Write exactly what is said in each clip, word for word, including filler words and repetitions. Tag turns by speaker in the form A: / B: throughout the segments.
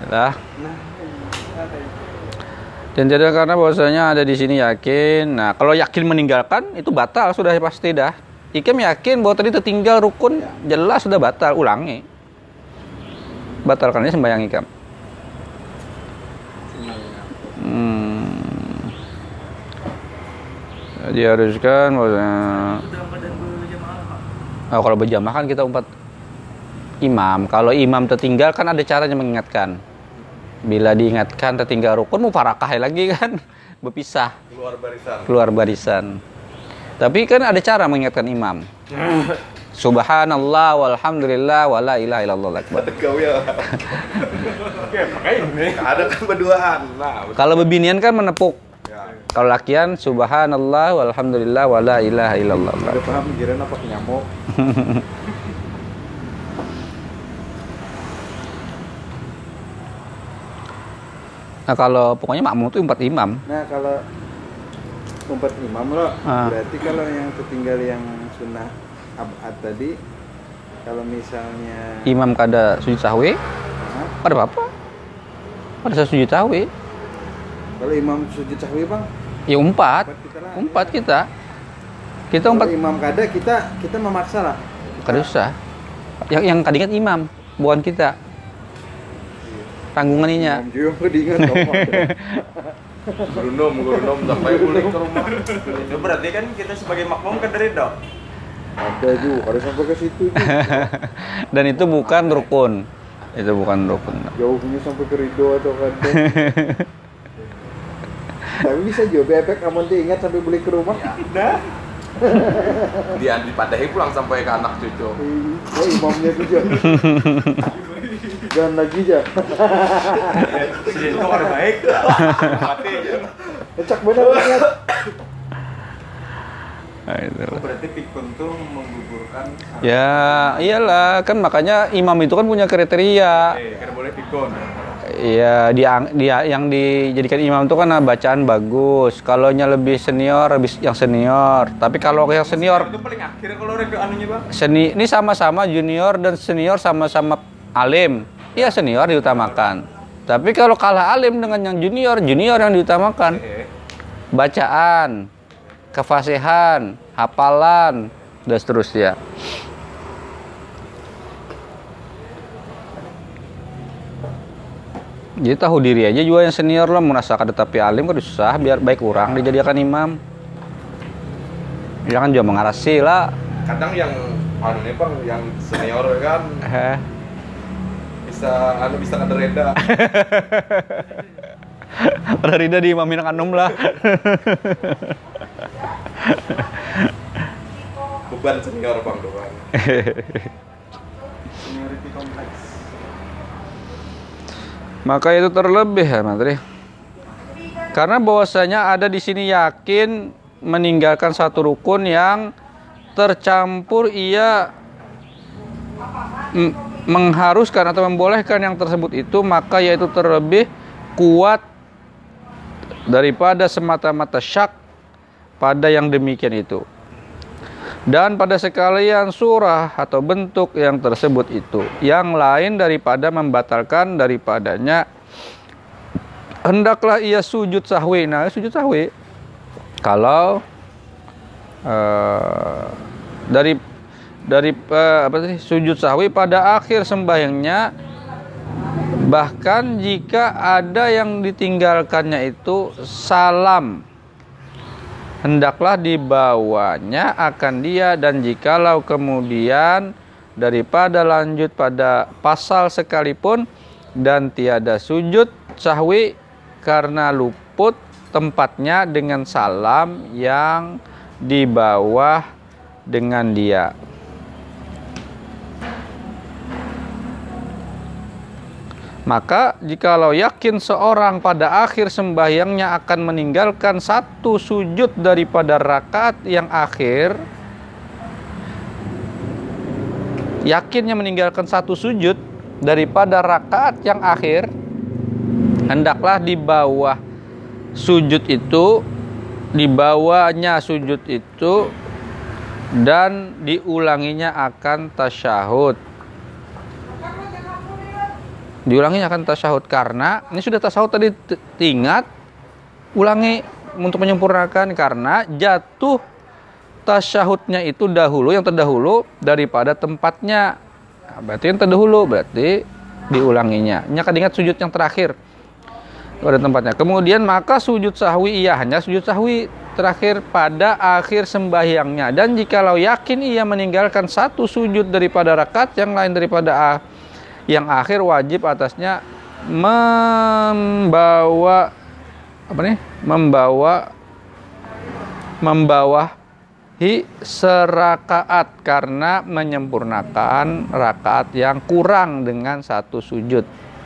A: Lah. Dan tidak karena bahwasanya ada di sini yakin. Nah, kalau yakin meninggalkan itu batal sudah pasti dah. Ikem yakin bahwa tadi tertinggal rukun, jelas sudah batal, ulangi. Batalkannya sembahyang ikam. Hmm. Diharuskan bahwasanya. Oh, kalau berjamaah kan kita umpat imam. Kalau imam tertinggal kan ada caranya mengingatkan. Bila diingatkan tertinggal rukun, mufarakah lagi kan, berpisah.
B: Keluar barisan.
A: Keluar barisan. Tapi kan ada cara mengingatkan imam. Subhanallah walhamdulillah wala ilaha illallah akbar.
B: Kau ya. Oke, pakai ini. Ada kan berduaan. Nah,
A: kalau bebinian kan menepuk.
B: Ya.
A: Kalau lakian subhanallah walhamdulillah wala ilaha illallah.
B: Udah paham kirain apa nyamuk.
A: Nah, kalau pokoknya makmum itu empat imam.
C: Nah, kalau empat imam loh,
A: Ah.
C: berarti kalau yang tertinggal yang sunnah abad tadi, kalau misalnya
A: Imam kada sujud sahwi,
C: Hah?
A: kada apa-apa. Kada sujud sahwi.
C: Kalau imam sujud sahwi bang,
A: Ya empat.
C: empat kita lah.
A: Empat kita. Kita
C: Kalau
A: empat.
C: imam kada kita kita memaksa lah.
A: Kada usah. Yang yang kadingat imam, bukan kita. Tanggungannya.
C: Imam juga kedingan dong.
B: Gurunom, gurunom sampai pulang ke rumah.
D: Itu berarti kan kita sebagai makmum kan dari dok.
C: Ada juga, harus sampai ke situ juga.
A: Dan itu bukan rukun. Itu bukan rukun.
C: Jauhnya sampai ke ridho atau kada. Tapi bisa juga bebek kamu tuh ingat sampai beli ke rumah.
D: Nah,
B: Dia dipadahi pulang sampai ke anak cucu.
C: Oh imamnya tuh juga. Jangan lagi aja.
D: sujud itu orang baik. Mati.
C: Cek benar ingat.
A: Nah, itu.
D: Berarti pikun tuh menggugurkan.
A: Ya, iyalah kan makanya imam itu kan punya kriteria.
D: Eh, kan boleh pikun.
A: Iya, dia dia yang dijadikan imam itu kan bacaan bagus. Kalau nya lebih senior, lebih yang senior. Tapi kalau yang senior
D: Itu paling akhir kalau orang ke anunya bang.
A: seni ini sama-sama junior dan senior sama-sama alim. Iya senior diutamakan. Tapi kalau kalah alim dengan yang junior, junior yang diutamakan.
D: Eh,
A: Bacaan, kefasihan, hafalan, dan seterusnya. Jadi tahu diri aja juga yang senior lah, merasa kada tapi alim kan susah biar baik orang dijadikan imam. Jangan juga mengarasi lah.
B: Kadang yang anu nih bang, yang senior kan
A: Eh.
B: bisa anu bisa kada reda.
A: Pada Rida di imamin kanum lah.
B: Beban senior bang doang.
D: seniority kompleks.
A: Maka itu terlebih ya, Matri. Karena bahwasanya ada di sini yakin meninggalkan satu rukun yang tercampur ia m- mengharuskan atau membolehkan yang tersebut itu, maka yaitu terlebih kuat daripada semata-mata syak pada yang demikian itu. Dan pada sekalian surah atau bentuk yang tersebut itu, yang lain daripada membatalkan daripadanya, hendaklah ia sujud sahwi. Nah, sujud sahwi kalau uh, dari dari uh, apa sih sujud sahwi pada akhir sembahyangnya, bahkan jika ada yang ditinggalkannya itu salam, hendaklah dibawanya akan dia, dan jikalau kemudian daripada lanjut pada pasal sekalipun dan tiada sujud sahwi karena luput tempatnya dengan salam yang di bawah dengan dia. Maka jikalau yakin seorang pada akhir sembahyangnya akan meninggalkan satu sujud daripada rakaat yang akhir, yakinnya meninggalkan satu sujud daripada rakaat yang akhir, hendaklah di bawah sujud itu, di bawahnya sujud itu, dan diulanginya akan tasyahud. Diulangi akan tasyahud karena ini sudah tasyahud tadi ingat, ulangi untuk menyempurnakan karena jatuh tasyahudnya itu dahulu, yang terdahulu daripada tempatnya. Nah, berarti yang terdahulu berarti diulanginya. Ini akan ingat sujud yang terakhir pada tempatnya. Kemudian maka sujud sahwi ia hanya sujud sahwi terakhir pada akhir sembahyangnya. Dan jikalau yakin ia meninggalkan satu sujud daripada rakaat yang lain daripada yang akhir, wajib atasnya membawa apa nih? Membawa membawahi serakaat karena menyempurnakan rakaat yang kurang dengan satu sujud.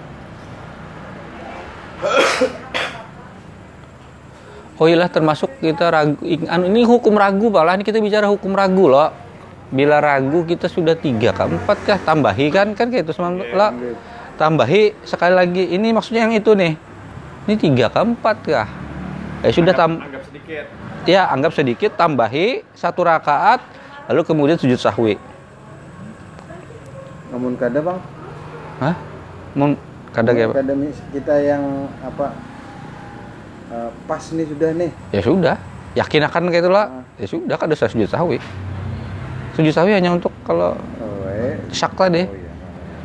A: Oh iyalah, termasuk kita ragu, ini hukum ragu malah, ini kita bicara hukum ragu loh. Bila ragu kita sudah tiga kah empat kah, tambahi kan kan kayak itu semalam, tambahi sekali lagi, ini maksudnya yang itu nih, ini tiga kah empat kah, eh sudah tam
B: Anggap sedikit.
A: ya anggap sedikit, tambahi satu rakaat lalu kemudian sujud sahwi.
C: Namun kada bang,
A: Hah? Mun kada kayak apa?
C: kada mis- kita yang apa uh, pas nih sudah nih.
A: Ya sudah, yakin akan kayak itulah. Ya sudah, kada usah sujud sahwi. Sujud sahwi hanya untuk kalau
C: Oh, eh.
A: syak tadi.
C: Oh iya.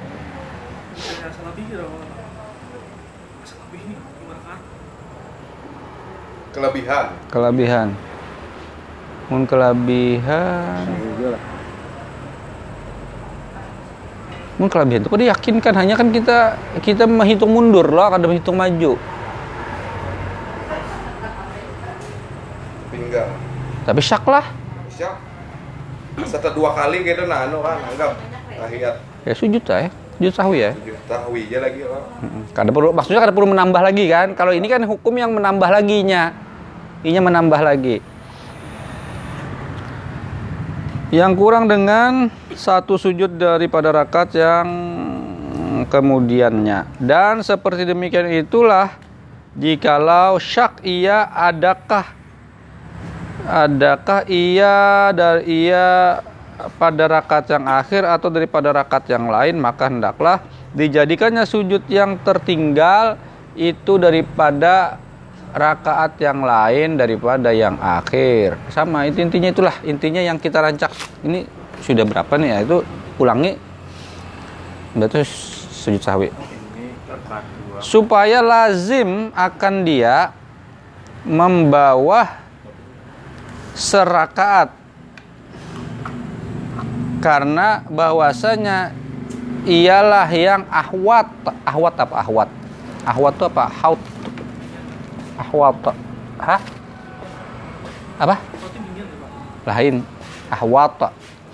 B: Kelebihan.
A: Kelebihan. Mun kelebihan.
C: Iya lah.
A: Mun kelebihan itu kok diyakinkan, hanya kan kita kita menghitung mundur loh, kada menghitung maju.
B: Pinggang.
A: Tapi syak lah.
B: Siap. Setelah dua kali gitu nah anu kan anggap tahiyat
A: Ya sujud lah ya. Sujud sahwi ya.
B: sujud tahwi aja lagi kan.
A: Mm-mm. Kada perlu, maksudnya kada perlu menambah lagi kan. Kalau ini kan hukum yang menambah laginya. Inya menambah lagi. Yang kurang dengan satu sujud daripada rakaat yang kemudiannya. Dan seperti demikian itulah jikalau syak ia adakah adakah ia dari ia pada rakaat yang akhir atau daripada rakaat yang lain, maka hendaklah dijadikannya sujud yang tertinggal itu daripada rakaat yang lain daripada yang akhir. Sama itu intinya, itulah intinya yang kita rancak. Ini sudah berapa nih ya, itu ulangi berarti sujud sahwi supaya lazim akan dia membawa serakaat, karena bahwasanya ialah yang ahwat. Ahwat apa ahwat? Ahwat itu apa? Haut. Ahwat. Hah? Apa? Lain. Ahwat.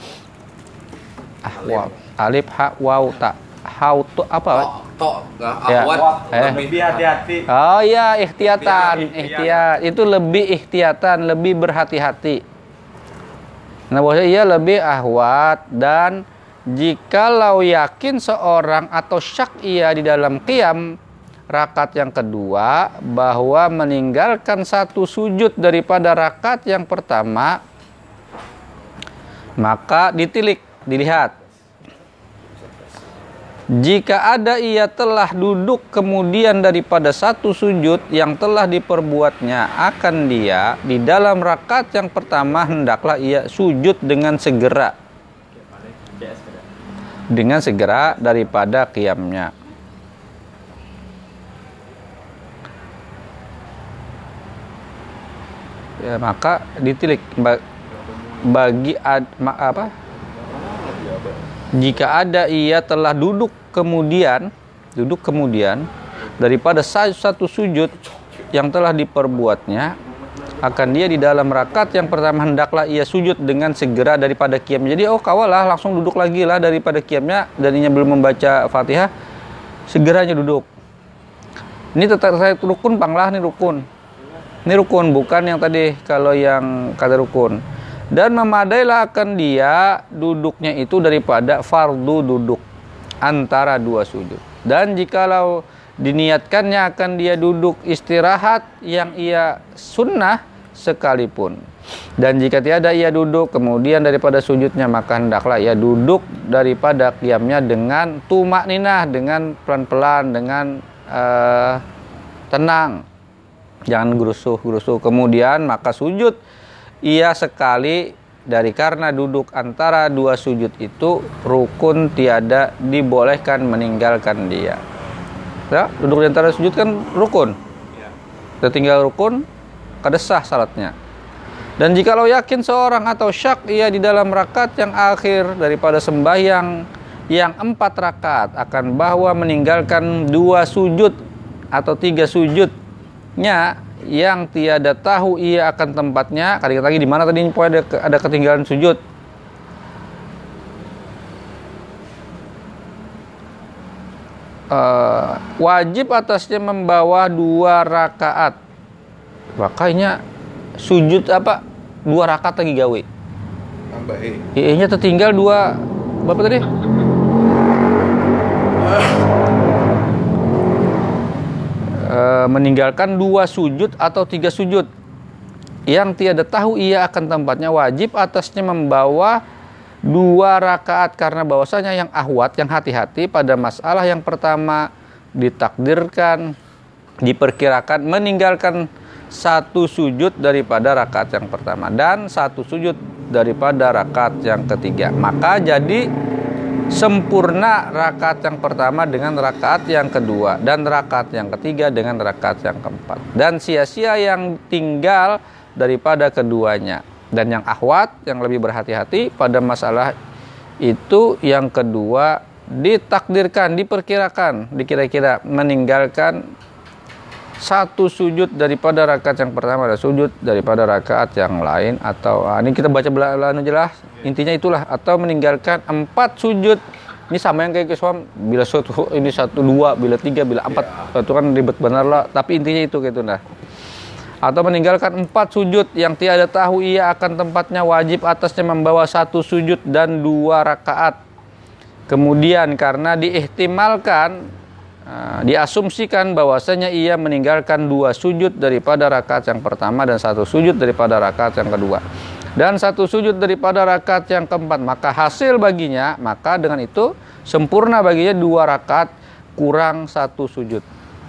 A: Ahwat. Alif ha waw ta. Haut itu apa?
B: Tok, enggak
A: Ya.
B: awat.
A: Eh.
D: Lebih hati-hati.
A: Oh iya, ihtiyatan,
D: Ihtiyat.
A: ihtiyat. Itu lebih ihtiyatan, lebih berhati-hati. Nah, bahwa ia lebih ahwat, dan jikalau yakin seorang atau syak ia di dalam qiyam rakaat yang kedua bahwa meninggalkan satu sujud daripada rakaat yang pertama, maka ditilik, dilihat. Jika ada ia telah duduk kemudian daripada satu sujud yang telah diperbuatnya, akan dia di dalam rakaat yang pertama hendaklah ia sujud dengan segera. Dengan segera daripada qiyamnya. Ya, maka ditilik bagi ad, ma, apa? Jika ada ia telah duduk kemudian duduk kemudian daripada satu sujud yang telah diperbuatnya, akan dia di dalam rakaat yang pertama hendaklah ia sujud dengan segera daripada qiyam. Jadi oh kawalah langsung duduk lagi lah daripada qiyamnya, dan ia belum membaca Fatihah, segeranya duduk. Ini tetap saya rukun panglah, nih rukun. Ini rukun, bukan yang tadi kalau yang kata rukun. Dan memadailah akan dia duduknya itu daripada fardu duduk antara dua sujud. Dan jikalau diniatkannya akan dia duduk istirahat yang ia sunnah sekalipun, Dan jika tiada ia duduk kemudian daripada sujudnya, maka hendaklah ia duduk daripada qiyamnya dengan tumak ninah, dengan pelan-pelan, dengan uh, tenang, jangan gerusuh-gerusuh. Kemudian maka sujud ia sekali, dari karena duduk antara dua sujud itu rukun, tiada dibolehkan meninggalkan dia. Ya, duduk di antara sujud kan rukun. Kita tinggal rukun, kada sah salatnya. Dan jikalau yakin seorang atau syak ia di dalam rakaat yang akhir daripada sembahyang yang empat rakaat akan bahwa meninggalkan dua sujud atau tiga sujudnya yang tiada tahu ia akan tempatnya. Kali lagi di mana tadi ada ada ketinggalan sujud. Uh, wajib atasnya membawa dua rakaat. Makanya sujud apa? Dua rakaat lagi gawe.
B: Tambah E.
A: E-nya tertinggal dua. Berapa tadi? Uh, meninggalkan dua sujud atau tiga sujud yang tiada tahu ia akan tempatnya, wajib atasnya membawa dua rakaat, karena bahwasanya yang ahwat, yang hati-hati pada masalah yang pertama ditakdirkan, diperkirakan meninggalkan satu sujud daripada rakaat yang pertama dan satu sujud daripada rakaat yang ketiga. Maka jadi sempurna rakaat yang pertama dengan rakaat yang kedua dan rakaat yang ketiga dengan rakaat yang keempat, dan sia-sia yang tinggal daripada keduanya. Dan yang ahwat, yang lebih berhati-hati pada masalah itu yang kedua ditakdirkan, diperkirakan, dikira-kira meninggalkan satu sujud daripada rakaat yang pertama dan sujud daripada rakaat yang lain. Atau ah, ini kita baca belakang jelas, intinya itulah, atau meninggalkan empat sujud. Ini sama yang kayak kesuam, bila satu ini satu dua, bila tiga, bila empat, itu kan ribet benar lah. Tapi intinya itu gitu nah. Atau meninggalkan empat sujud yang tiada tahu ia akan tempatnya, wajib atasnya membawa satu sujud dan dua rakaat. Kemudian karena diihtimalkan, uh, diasumsikan bahwasanya ia meninggalkan dua sujud daripada rakaat yang pertama dan satu sujud daripada rakaat yang kedua dan satu sujud daripada rakaat yang keempat, maka hasil baginya, maka dengan itu sempurna baginya dua rakaat kurang satu sujud.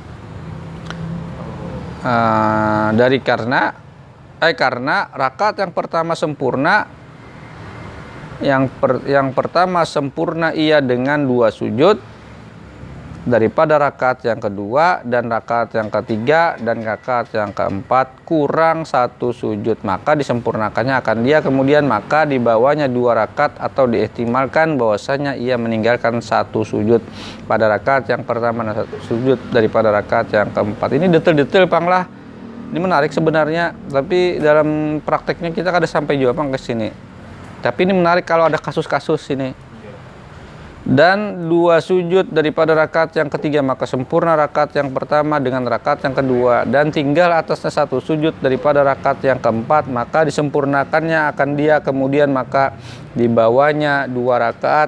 A: Uh, dari karena eh karena rakaat yang pertama sempurna, yang per, yang pertama sempurna ia dengan dua sujud daripada rakaat yang kedua dan rakaat yang ketiga dan rakaat yang keempat kurang satu sujud, maka disempurnakannya akan dia. Kemudian maka dibawanya dua rakaat atau diihtimalkan bahwasanya ia meninggalkan satu sujud pada rakaat yang pertama dan satu sujud daripada rakaat yang keempat. Ini detail-detail panglah. Ini menarik sebenarnya, tapi dalam prakteknya kita kada sampai juga pang ke sini. Tapi ini menarik kalau ada kasus-kasus ini. Dan dua sujud daripada rakaat yang ketiga, maka sempurna rakaat yang pertama dengan rakaat yang kedua, dan tinggal atasnya satu sujud daripada rakaat yang keempat, maka disempurnakannya akan dia. Kemudian maka dibawanya dua rakaat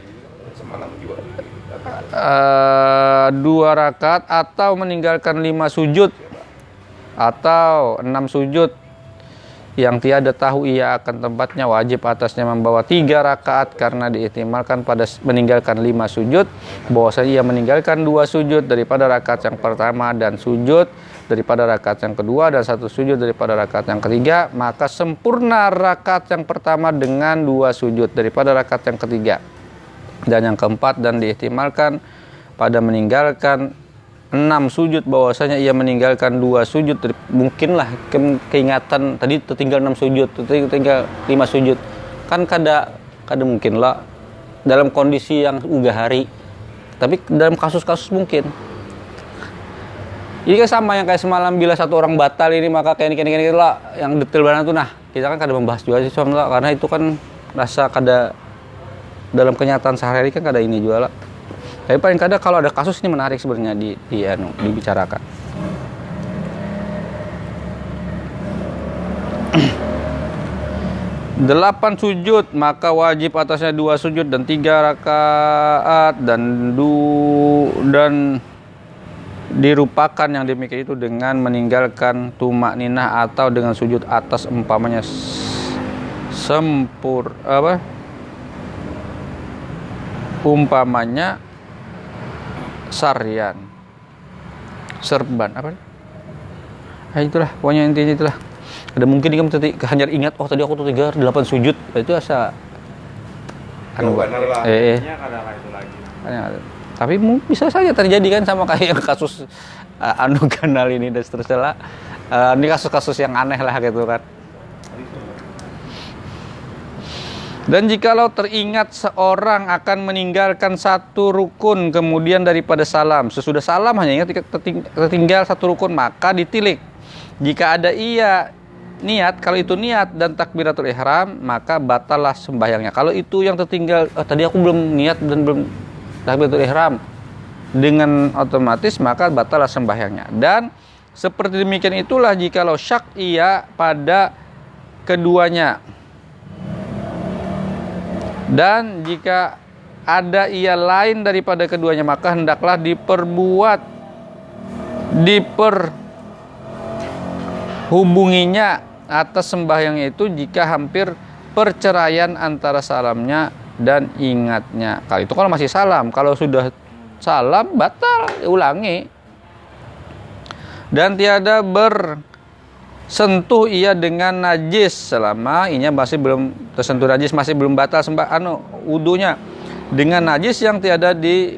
A: uh, dua rakaat atau meninggalkan lima sujud atau enam sujud yang tiada tahu ia akan tempatnya, wajib atasnya membawa tiga rakaat karena diihtimalkan pada meninggalkan lima sujud bahwasanya ia meninggalkan dua sujud daripada rakaat yang pertama dan sujud daripada rakaat yang kedua dan satu sujud daripada rakaat yang ketiga, maka sempurna rakaat yang pertama dengan dua sujud daripada rakaat yang ketiga dan yang keempat, dan diihtimalkan pada meninggalkan enam sujud bahwasanya ia meninggalkan dua sujud. Mungkinlah ke, keingatan tadi tertinggal enam sujud, tertinggal lima sujud, kan kada kada mungkin lah dalam kondisi yang uga hari, tapi dalam kasus-kasus mungkin. Ini kan sama yang kayak semalam, bila satu orang batal ini maka kayak ini kayak ini lah yang detail banget tuh. Nah kita kan kada membahas juga sih soalnya, karena itu kan rasa kada dalam kenyataan sehari-hari kan kada ini juga lah. Tapi paling kadang kalau ada kasus ini menarik sebenarnya di, di anu, dibicarakan. Delapan sujud, maka wajib atasnya dua sujud dan tiga rakaat dan du dan dirupakan yang demikian itu dengan meninggalkan tumak ninah atau dengan sujud atas umpamanya sempur apa umpamanya saryan serban apa ah, itulah pokoknya intinya itulah. Ada mungkin kamu tadi hanya ingat oh tadi aku tuh tiga delapan sujud itu asa anu
B: benar lah.
A: eh, eh.
D: Kadang itu lagi.
A: Tapi bisa saja terjadi kan sama kayak kasus uh, anu kanal ini dan seterusnya lah. Uh, ini kasus-kasus yang aneh lah gitu kan. Dan jikalau teringat seorang akan meninggalkan satu rukun kemudian daripada salam, sesudah salam hanya ingat tertinggal satu rukun, maka ditilik. Jika ada ia niat, kalau itu niat dan takbiratul ihram, maka batallah sembahyangnya. Kalau itu yang tertinggal, oh, tadi aku belum niat dan belum takbiratul ihram, dengan otomatis maka batallah sembahyangnya. Dan seperti demikian itulah jikalau syak ia pada keduanya. Dan jika ada ia lain daripada keduanya, maka hendaklah diperbuat diperhubunginya atas sembahyangnya itu jika hampir perceraian antara salamnya dan ingatnya. Kalau itu kalau masih salam, kalau sudah salam batal, ulangi. Dan tiada bersentuh ia dengan najis selama inya masih belum tersentuh najis, masih belum batal sembah anu wudunya dengan najis yang tiada di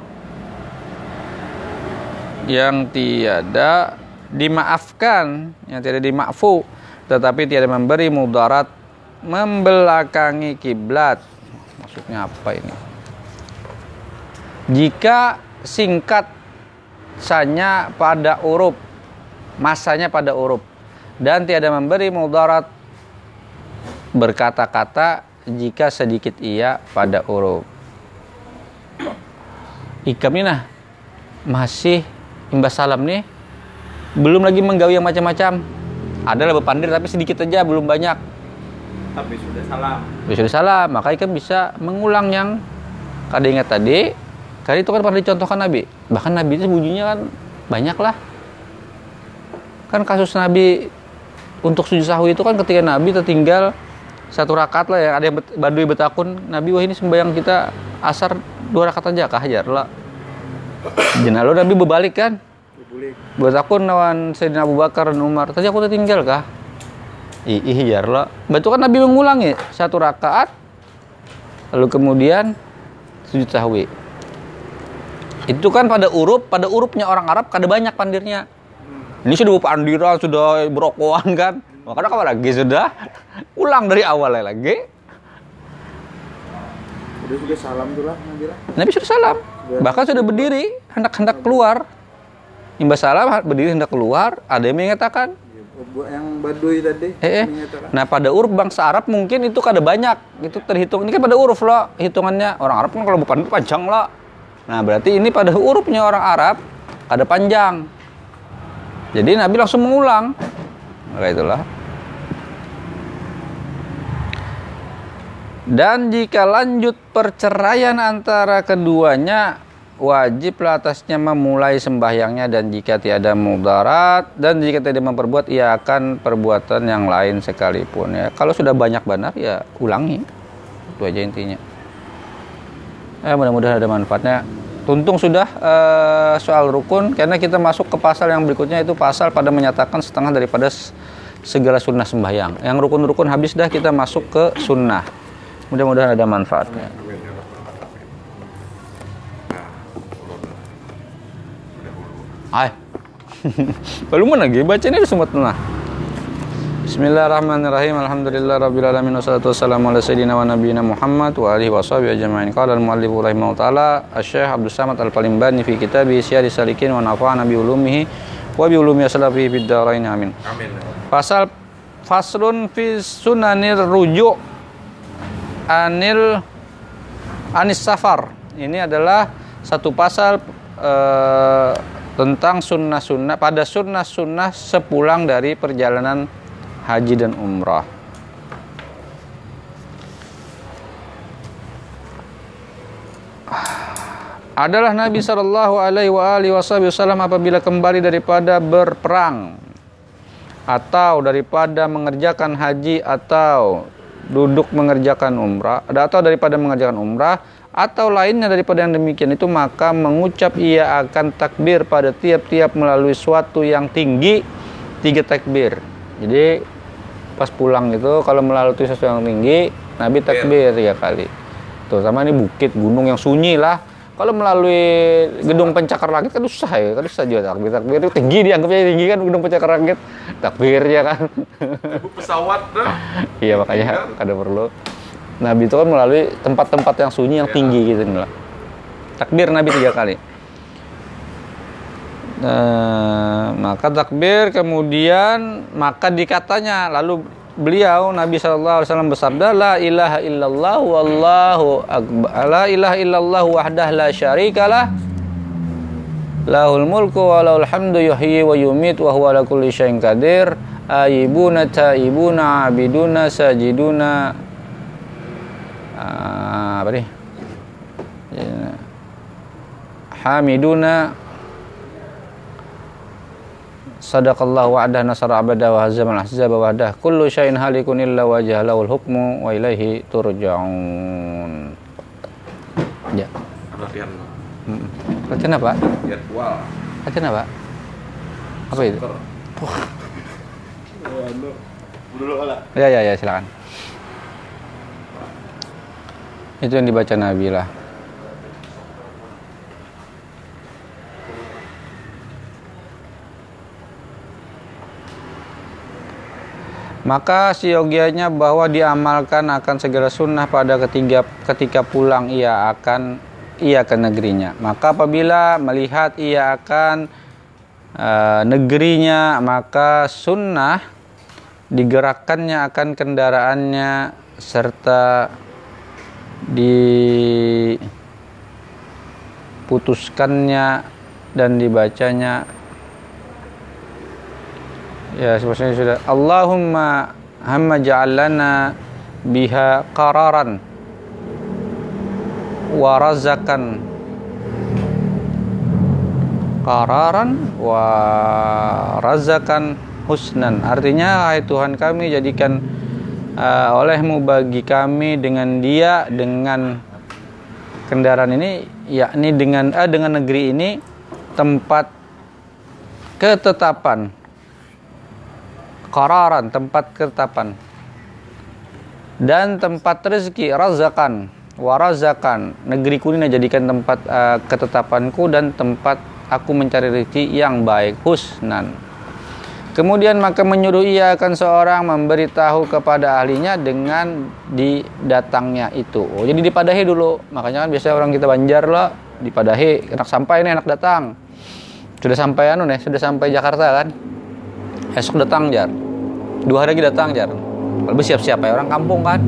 A: yang tiada dimaafkan, yang tiada dimaafu, tetapi tiada memberi mudarat membelakangi kiblat. Maksudnya apa ini? Jika singkat sanya pada huruf, masanya pada huruf, dan tiada memberi mudarat berkata-kata jika sedikit ia pada huruf. Ikam ini nah masih imbas salam nih, belum lagi menggawi yang macam-macam. Adalah berpandir tapi sedikit aja, belum banyak.
D: Tapi sudah salam.
A: Tapi sudah salam, maka ikan bisa mengulang yang kada ingat tadi. Karena itu kan pernah dicontohkan Nabi. Bahkan Nabi itu bunyinya kan banyak lah. Kan kasus Nabi untuk sujud sahwi itu kan ketika Nabi tertinggal satu rakaat lah ya. Ada yang badui betakun, Nabi wah ini sembahyang kita asar dua rakaat aja kah hajar lah. Jenalo Nabi berbalik kan. Buat aku lawan Sayyidina Abu Bakar dan Umar, tadi aku tertinggal kah? Ih, hijar lah. Betul kan Nabi mengulangi satu rakaat, lalu kemudian sujud sahwi. Itu kan pada huruf, pada hurufnya orang Arab kada banyak pandirnya. Ini sudah pandiran, sudah berokokan kan. Makanya kapan lagi sudah ulang dari awal lagi.
C: Udah juga salam tuh lah Nabi lah.
A: Nabi sudah salam, bahkan sudah berdiri hendak-hendak keluar. Imbas salam berdiri hendak keluar, ada yang mengatakan
C: yang badui tadi
A: eh, eh. Nah pada huruf bangsa Arab mungkin itu kada banyak, itu terhitung. Ini kan pada huruf loh hitungannya. Orang Arab kan kalau bukan panjang loh. Nah berarti ini pada hurufnya orang Arab kada panjang. Jadi Nabi langsung mengulang. Maka itulah. Dan jika lanjut perceraian antara keduanya, wajiblah atasnya memulai sembahyangnya, dan jika tiada mudarat dan jika tidak memperbuat ia akan perbuatan yang lain sekalipun ya. Kalau sudah banyak benar ya ulangi. Itu aja intinya. Eh mudah-mudahan ada manfaatnya. Tuntung sudah uh, soal rukun, karena kita masuk ke pasal yang berikutnya, itu pasal pada menyatakan setengah daripada segala sunnah sembahyang. Yang rukun-rukun habis dah, kita masuk ke sunnah. Mudah-mudahan ada manfaatnya. Hai. Belum lagi baca ini semua tenang. Bismillahirrahmanirrahim. Alhamdulillahirabbil alamin wassalatu wassalamu ala sayyidina wa nabiyina Muhammad wa alihi washabihi ajma'in. Qala al-muallif rahimahullah taala Asy-Syaikh Abdul Samad Al-Palimbani fi kitabih Syiarus Salikin wa nafa'ana bi ulumihi wa bi ulumi salafihi fid dharain amin. Amin. Pasal faslun fi sunanir ruju' anil anis safar. Ini adalah satu pasal eh, tentang sunnah-sunnah, pada sunnah-sunnah sepulang dari perjalanan haji dan umrah. adalah Nabi Shallallahu Alaihi Wasallam apabila kembali daripada berperang atau daripada mengerjakan haji atau duduk mengerjakan umrah atau daripada mengerjakan umrah atau lainnya daripada yang demikian itu, maka mengucap ia akan takbir pada tiap-tiap melalui suatu yang tinggi, tiga takbir. Jadi pas pulang itu kalau melalui sesuatu yang tinggi, Nabi takbir tiga kali. Tuh, sama ini bukit gunung yang sunyi lah. Kalau melalui gedung pencakar langit kan susah ya, kan susah juga takbir. Takbir itu tinggi, dianggapnya tinggi kan gedung pencakar langit. Takbirnya kan.
B: Pesawat dah.
A: Iya, makanya kada perlu. Nabi itu kan melalui tempat-tempat yang sunyi, yang tinggi gitu nih lah. Takbir Nabi tiga kali. Nah, maka takbir kemudian maka dikatanya lalu beliau Nabi Shallallahu Alaihi Wasallam bersabda, la ilaha illallah wallahu akbar, la ilaha illallah wahdah la syarikalah, lahul mulku wa lahul hamdu yuhyi wa yumit wa huwa ala kulli syai'in qadir, aibuna taibuna abiduna sajiduna uh, apa nih hamiduna sadaqallahu wa'dah nasara abada wa hazamal ahzaba wahdah kullu syai'in halikun illa wajha lahul hukmu wa ilaihi turja'un. Ya.
B: Latihan.
A: Hmm. Latihan apa?
B: Jadwal.
A: Latihan apa? Apa itu?
B: Dulu lah.
A: Ya ya ya, silakan. Itu yang dibaca Nabi lah. Maka siogianya bahwa diamalkan akan segala sunnah pada ketiga ketika pulang ia akan ia ke negerinya. Maka apabila melihat ia akan e, negerinya, maka sunnah digerakkannya akan kendaraannya serta diputuskannya dan dibacanya. Ya, sebenarnya sudah. Allahumma hamma ja'alana biha qararan wa razakan qararan wa razakan husnan. Artinya, hai Tuhan kami, jadikan uh, olehmu bagi kami dengan dia, dengan kendaraan ini, yakni dengan uh, dengan negeri ini tempat ketetapan, qararan tempat ketetapan, dan tempat rezeki, razakan warazakan, negeriku ini jadikan tempat uh, ketetapanku dan tempat aku mencari rezeki yang baik, husnan. Kemudian maka menyuruh ia akan seorang memberitahu kepada ahlinya dengan didatangnya itu. Oh, jadi dipadahi dulu. Makanya kan biasanya orang kita Banjar lah dipadahi, enak sampai nih, enak datang. Sudah sampai anu nih, sudah sampai Jakarta kan. Esok datang Jar. Dua hari lagi datang Jar. Kalau siap-siap ya orang kampung kan.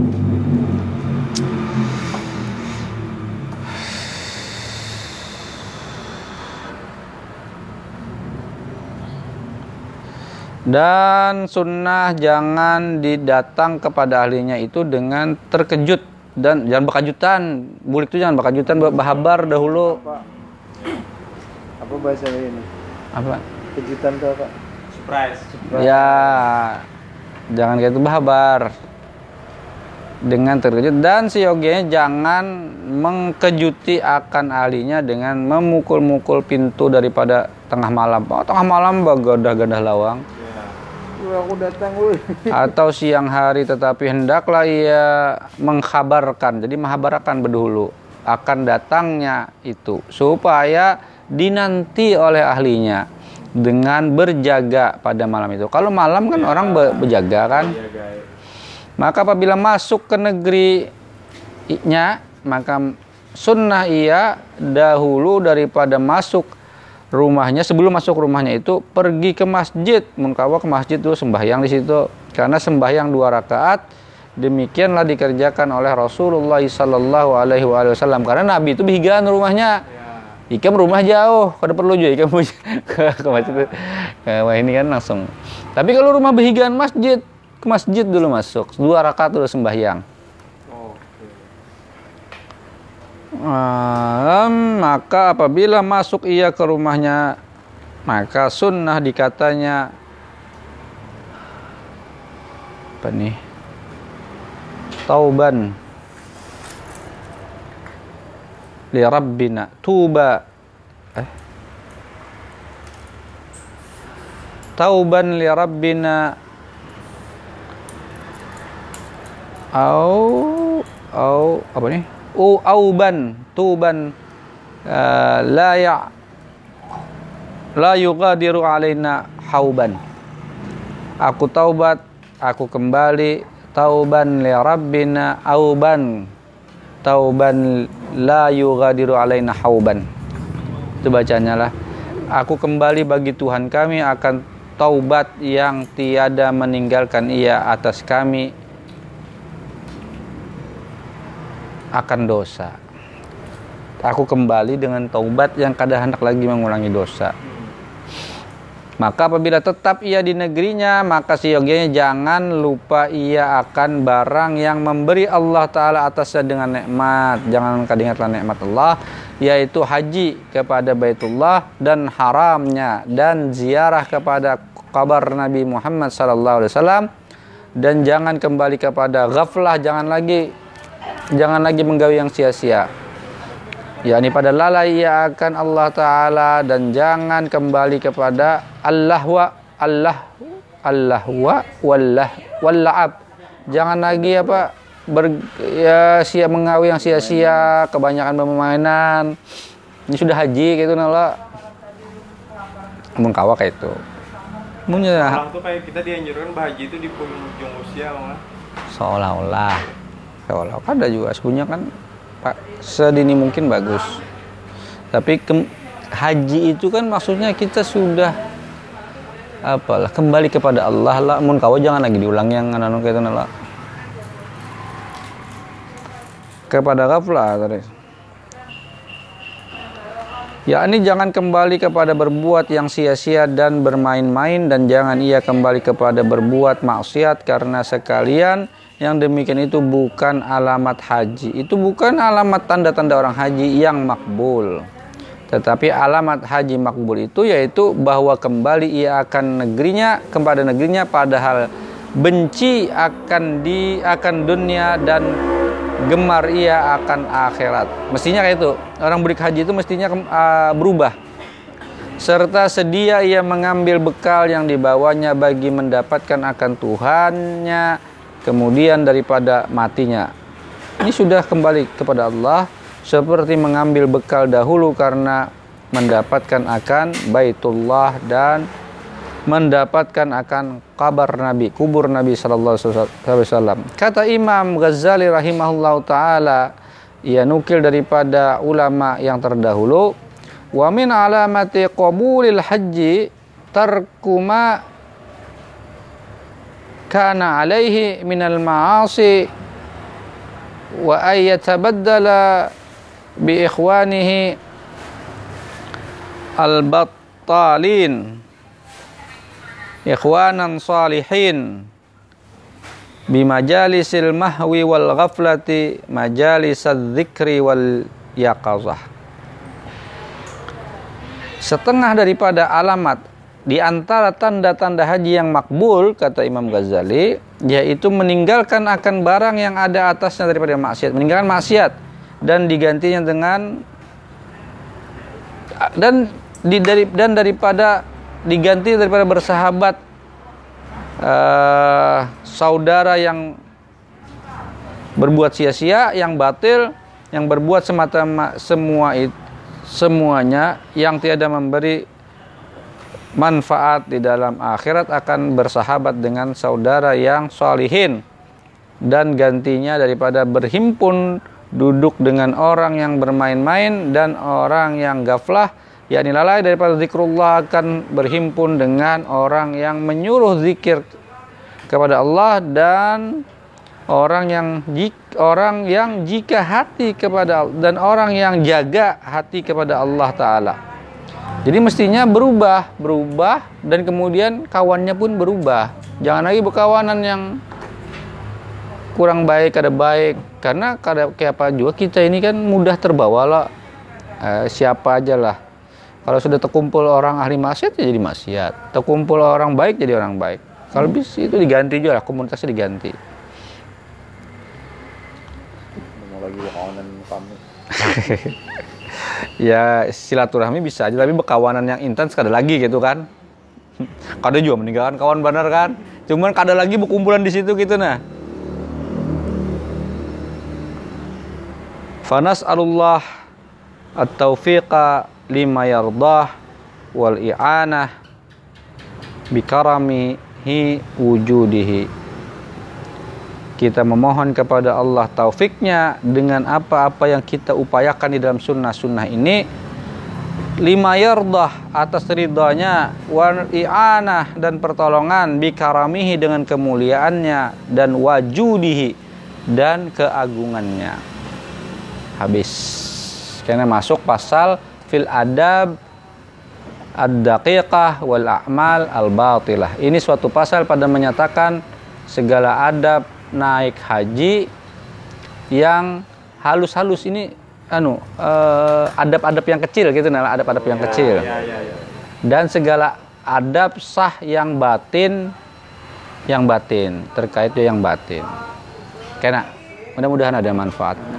A: Dan sunnah jangan didatang kepada ahlinya itu dengan terkejut dan jangan berkejutan. Bulik itu jangan berkejutan, berhabar dahulu.
C: Apa, apa bahasa ini?
A: Apa?
C: Kejutan tuh apa?
D: Surprise.
C: Surprise.
A: Ya, jangan kayak itu, berhabar dengan terkejut. Dan seyogianya jangan mengkejuti akan ahlinya dengan memukul-mukul pintu daripada tengah malam. Oh, tengah malam begadah-gadah lawang.
C: Aku datang, woi.
A: Atau siang hari, tetapi hendaklah ia mengkhabarkan, jadi menghabarkan berdahulu akan datangnya itu, supaya dinanti oleh ahlinya dengan berjaga pada malam itu. Kalau malam kan ya, orang berjaga kan. Maka apabila masuk ke negerinya, maka sunnah ia dahulu daripada masuk rumahnya, sebelum masuk rumahnya itu pergi ke masjid, mengkawa ke masjid dulu sembahyang di situ, karena sembahyang dua rakaat demikianlah dikerjakan oleh Rasulullah Sallallahu Alaihi Wasallam, karena Nabi itu bihigan rumahnya, ikam rumah jauh, kada perlu juga ikam ke masjid. Wah ini kan langsung. Tapi kalau rumah bihigan masjid, ke masjid dulu masuk dua rakaat dulu sembahyang. Um, maka apabila masuk ia ke rumahnya, maka sunnah dikatanya apa nih? Tauban li rabbina, tuba eh tauban li rabbina au au apa nih? U auban tuban uh, la ya la yughadiru alaina hauban. Aku taubat, aku kembali, tauban li rabbina auban, tauban la yughadiru alaina hauban. Itu bacanya lah. Aku kembali bagi Tuhan kami akan taubat yang tiada meninggalkan ia atas kami akan dosa. Aku kembali dengan taubat yang kada hendak lagi mengulangi dosa. Maka apabila tetap ia di negerinya, maka seyogianya jangan lupa ia akan barang yang memberi Allah Ta'ala atasnya dengan nikmat. Jangan kada ingatlah nikmat Allah, yaitu haji kepada Baitullah dan haramnya, dan ziarah kepada kabar Nabi Muhammad sallallahu alaihi wasallam, dan jangan kembali kepada ghaflah, jangan lagi jangan lagi menggawi yang sia-sia, yakni pada lalai ia akan Allah Ta'ala, dan jangan kembali kepada Allah wa Allah Allah wa wallah walla'ab, jangan lagi apa ber, ya, sia menggawi yang sia-sia, kebanyakan permainan. Ini sudah haji gitu nala mengkawa kayak itu. Munya
D: orang tuh kayak kita dianjurkan bahagia itu di penghujung usia malah.
A: Seolah-olah seolah ada juga sebenarnya kan Pak, sedini mungkin bagus, tapi ke, haji itu kan maksudnya kita sudah apalah kembali kepada Allah lah. Mun kawa jangan lagi diulang yang anu kayak itu lah kepada ghaflah tadi. Yakni jangan kembali kepada berbuat yang sia-sia dan bermain-main, dan jangan ia kembali kepada berbuat maksiat, karena sekalian yang demikian itu bukan alamat haji. Itu bukan alamat tanda-tanda orang haji yang makbul. Tetapi alamat haji makbul itu yaitu bahwa kembali ia akan negerinya, kepada negerinya, padahal benci akan di akan dunia dan gemar ia akan akhirat. Mestinya kayak itu. Orang mudik haji itu mestinya uh, berubah. Serta sedia ia mengambil bekal yang dibawanya bagi mendapatkan akan Tuhannya kemudian daripada matinya. Ini sudah kembali kepada Allah, seperti mengambil bekal dahulu karena mendapatkan akan Baitullah dan mendapatkan akan kabar Nabi, kubur Nabi sallallahu alaihi wasallam. Kata Imam Ghazali rahimahullahu taala, ia nukil daripada ulama yang terdahulu, wa min alamati qabulil haji tarkuma kana alaihi minal ma'asi wa ay yatabaddala bi ikhwanihi al-battalin ikhwanan salihin bi majalisil mahwi wal ghaflati majalisad dzikri wal yaqazah. Setengah daripada alamat di antara tanda-tanda haji yang makbul, kata Imam Ghazali, yaitu meninggalkan akan barang yang ada atasnya daripada maksiat, meninggalkan maksiat dan digantinya dengan dan di dari dan daripada diganti daripada bersahabat uh, saudara yang berbuat sia-sia, yang batil, yang berbuat semata semua itu semuanya yang tiada memberi manfaat di dalam akhirat, akan bersahabat dengan saudara yang salihin, dan gantinya daripada berhimpun duduk dengan orang yang bermain-main dan orang yang ghaflah, yakni lalai daripada zikrullah, akan berhimpun dengan orang yang menyuruh zikir kepada Allah dan orang yang orang yang jika hati kepada dan orang yang jaga hati kepada Allah Ta'ala. Jadi mestinya berubah, berubah dan kemudian kawannya pun berubah. Jangan lagi berkawanan yang kurang baik, kada baik. Karena kada kayak apa juga kita ini kan mudah terbawa lah. Eh, siapa aja lah. Kalau sudah terkumpul orang ahli maksiat ya jadi maksiat. Terkumpul orang baik jadi orang baik. Kalau bisa itu diganti juga lah, komunitasnya diganti.
C: Mau lagi kawanan kamu.
A: Ya silaturahmi bisa aja, tapi berkawanan yang intens kada lagi gitu kan. Kada juga meninggalkan kawan benar kan. Cuman kada lagi berkumpulan di situ gitu nah. Fanas'alullah at-taufiqa lima yardah wal i'anah bikaramihi wujudihi. Kita memohon kepada Allah taufiknya dengan apa-apa yang kita upayakan di dalam sunnah-sunnah ini, lima yardah atas ridhanya, wal i'anah dan pertolongan, bikaramihi dengan kemuliaannya, dan wajudihi dan keagungannya. Habis. Karena masuk pasal fil adab ad-daqiqah wal a'mal al-batilah. Ini suatu pasal pada menyatakan segala adab naik haji yang halus-halus ini anu eh, adab-adab yang kecil gitu nah, adab-adab yang
D: Ya,
A: kecil.
D: ya, ya, ya.
A: Dan segala adab sah yang batin yang batin terkait yang batin. Karena mudah-mudahan ada manfaat.